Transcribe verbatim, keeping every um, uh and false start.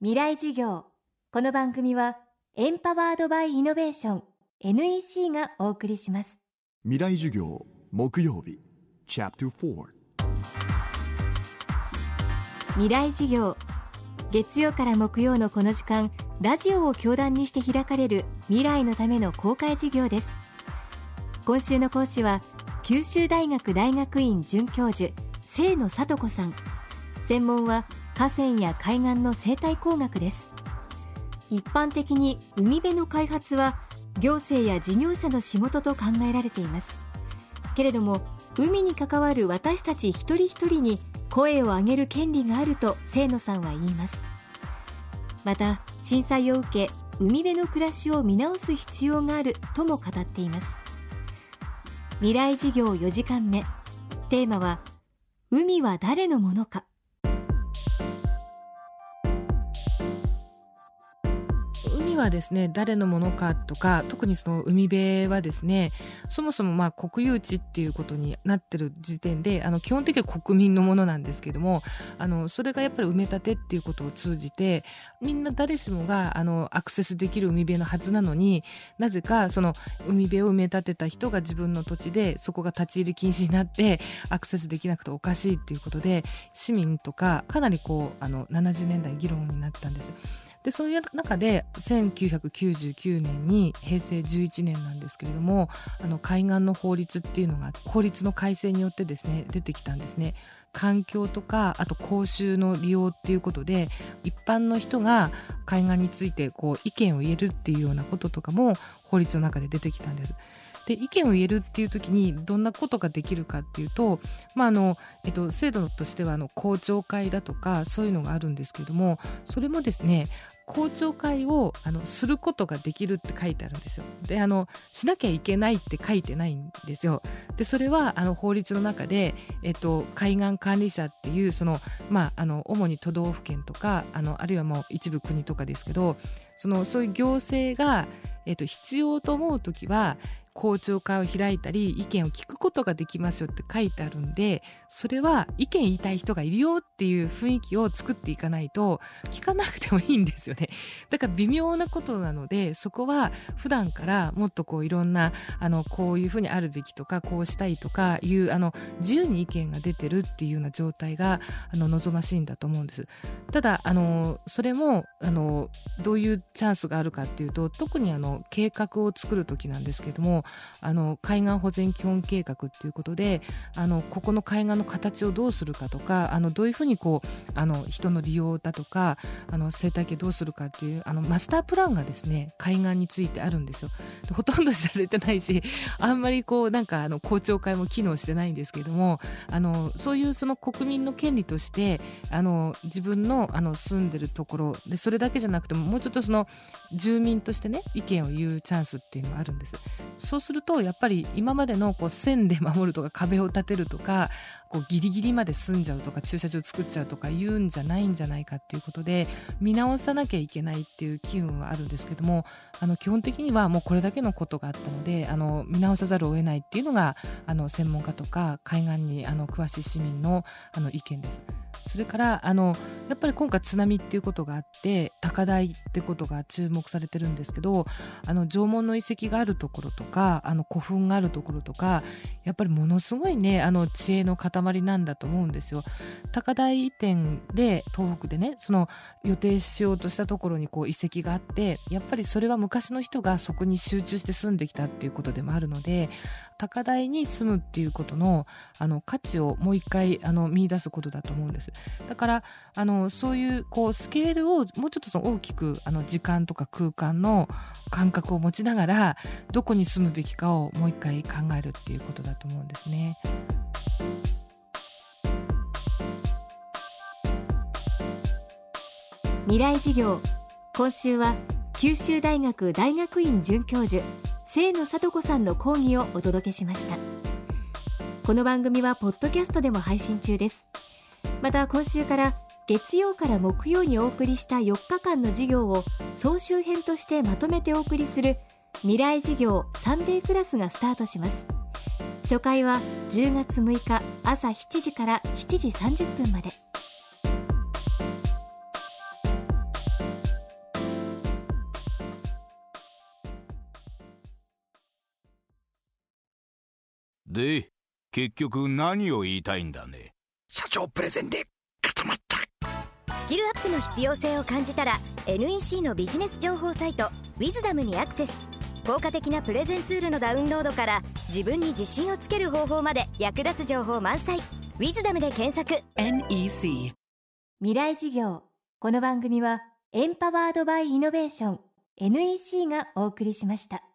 未来授業。この番組はエンパワードバイイノベーション エヌイーシー がお送りします。 未来授業木曜日チャプターよん。 未来授業。月曜から木曜のこの時間、ラジオを教壇にして開かれる未来のための公開授業です。今週の講師は九州大学大学院准教授清野聡子さん。専門は河川や海岸の生態工学です。一般的に海辺の開発は行政や事業者の仕事と考えられています。けれども海に関わる私たち一人一人に声を上げる権利があると清野さんは言います。また震災を受け海辺の暮らしを見直す必要があるとも語っています。未来事業よじかんめ、テーマは海は誰のものか。 海はですね、誰のものかとか、特にその海辺はですね、そもそもまあ国有地っていうことになってる時点で、あの基本的には国民のものなんですけども、あのそれがやっぱり埋め立てっていうことを通じて、みんな誰しもがあのアクセスできる海辺のはずなのに、なぜかその海辺を埋め立てた人が自分の土地でそこが立ち入り禁止になってアクセスできなくておかしいっていうことで、市民とかかなりこうあのななじゅうねんだい議論になったんです。でそういう中でせんきゅうひゃくきゅうじゅうきゅうねんにへいせいじゅういちねんなんですけれども、あの海岸の法律っていうのが法律の改正によってですね出てきたんですね。環境とかあと公衆の利用っていうことで、一般の人が海岸についてこう意見を言えるっていうようなこととかも法律の中で出てきたんです。で意見を言えるっていう時にどんなことができるかっていうと、まああのえっと、制度としてはあの公聴会だとかそういうのがあるんですけれども、それもですね公聴会をあのすることができるって書いてあるんですよ。であのしなきゃいけないって書いてないんですよ。でそれはあの法律の中で、えっと、海岸管理者っていうその、まあ、あの主に都道府県とか あのあるいはもう一部国とかですけど、そのそういう行政が、えっと、必要と思うときは公聴会を開いたり意見を聞くことができますよって書いてあるんで、それは意見言いたい人がいるよっていう雰囲気を作っていかないと聞かなくてもいいんですよね。だから微妙なことなので、そこは普段からもっとこういろんなあのこういうふうにあるべきとかこうしたいとかいうあの自由に意見が出てるっていうような状態があの望ましいんだと思うんです。ただあのそれもあのどういうチャンスがあるかっていうと、特にあの計画を作るときなんですけれども、あの海岸保全基本計画っていうことで、あのここの海岸の形をどうするかとか、あのどういうふうにこうあの人の利用だとかあの生態系どうするかっていうあのマスタープランがですね海岸についてあるんですよ。でほとんど知られてないし、あんまりこうなんかあの公聴会も機能してないんですけれども、あのそういうその国民の権利としてあの自分のあの住んでるところで、それだけじゃなくてももうちょっとその住民としてね意見を言うチャンスっていうのがあるんです。そうするとやっぱり今までのこう線で守るとか壁を立てるとかこうギリギリまで住んじゃうとか駐車場作っちゃうとか言うんじゃないんじゃないかっていうことで見直さなきゃいけないっていう機運はあるんですけども、あの基本的にはもうこれだけのことがあったのであの見直さざるを得ないっていうのがあの専門家とか海岸にあの詳しい市民のあの意見です。それからあのやっぱり今回津波っていうことがあって高台ってことが注目されてるんですけど、あの縄文の遺跡があるところとかあの古墳があるところとかやっぱりものすごいねあの知恵の塊なんだと思うんですよ。高台移転で東北でねその予定しようとしたところにこう遺跡があって、やっぱりそれは昔の人がそこに集中して住んできたっていうことでもあるので、高台に住むっていうことのあの価値をもう一回あの見出すことだと思うんです。だからあのそういうこうスケールをもうちょっとその大きくあの時間とか空間の感覚を持ちながらどこに住むべきかをもう一回考えるっていうことだと思うんですね。 未来事業。今週は九州大学大学院准教授清野聡子さんの講義をお届けしました。この番組はポッドキャストでも配信中です。また今週から月曜から木曜にお送りしたよっかかんの授業を総集編としてまとめてお送りする未来授業サンデークラスがスタートします。初回はじゅうがつむいか朝しちじからしちじさんじゅっぷんまで。 で、結局何を言いたいんだね。 社長プレゼンで固まった。 スキルアップの必要性を感じたら エヌイーシー のビジネス情報サイト ウィズダム にアクセス。効果的なプレゼンツールのダウンロードから自分に自信をつける方法まで役立つ情報満載。 ウィズダム で検索。 エヌイーシー未来事業。この番組はエンパワードバイイノベーション エヌイーシー がお送りしました。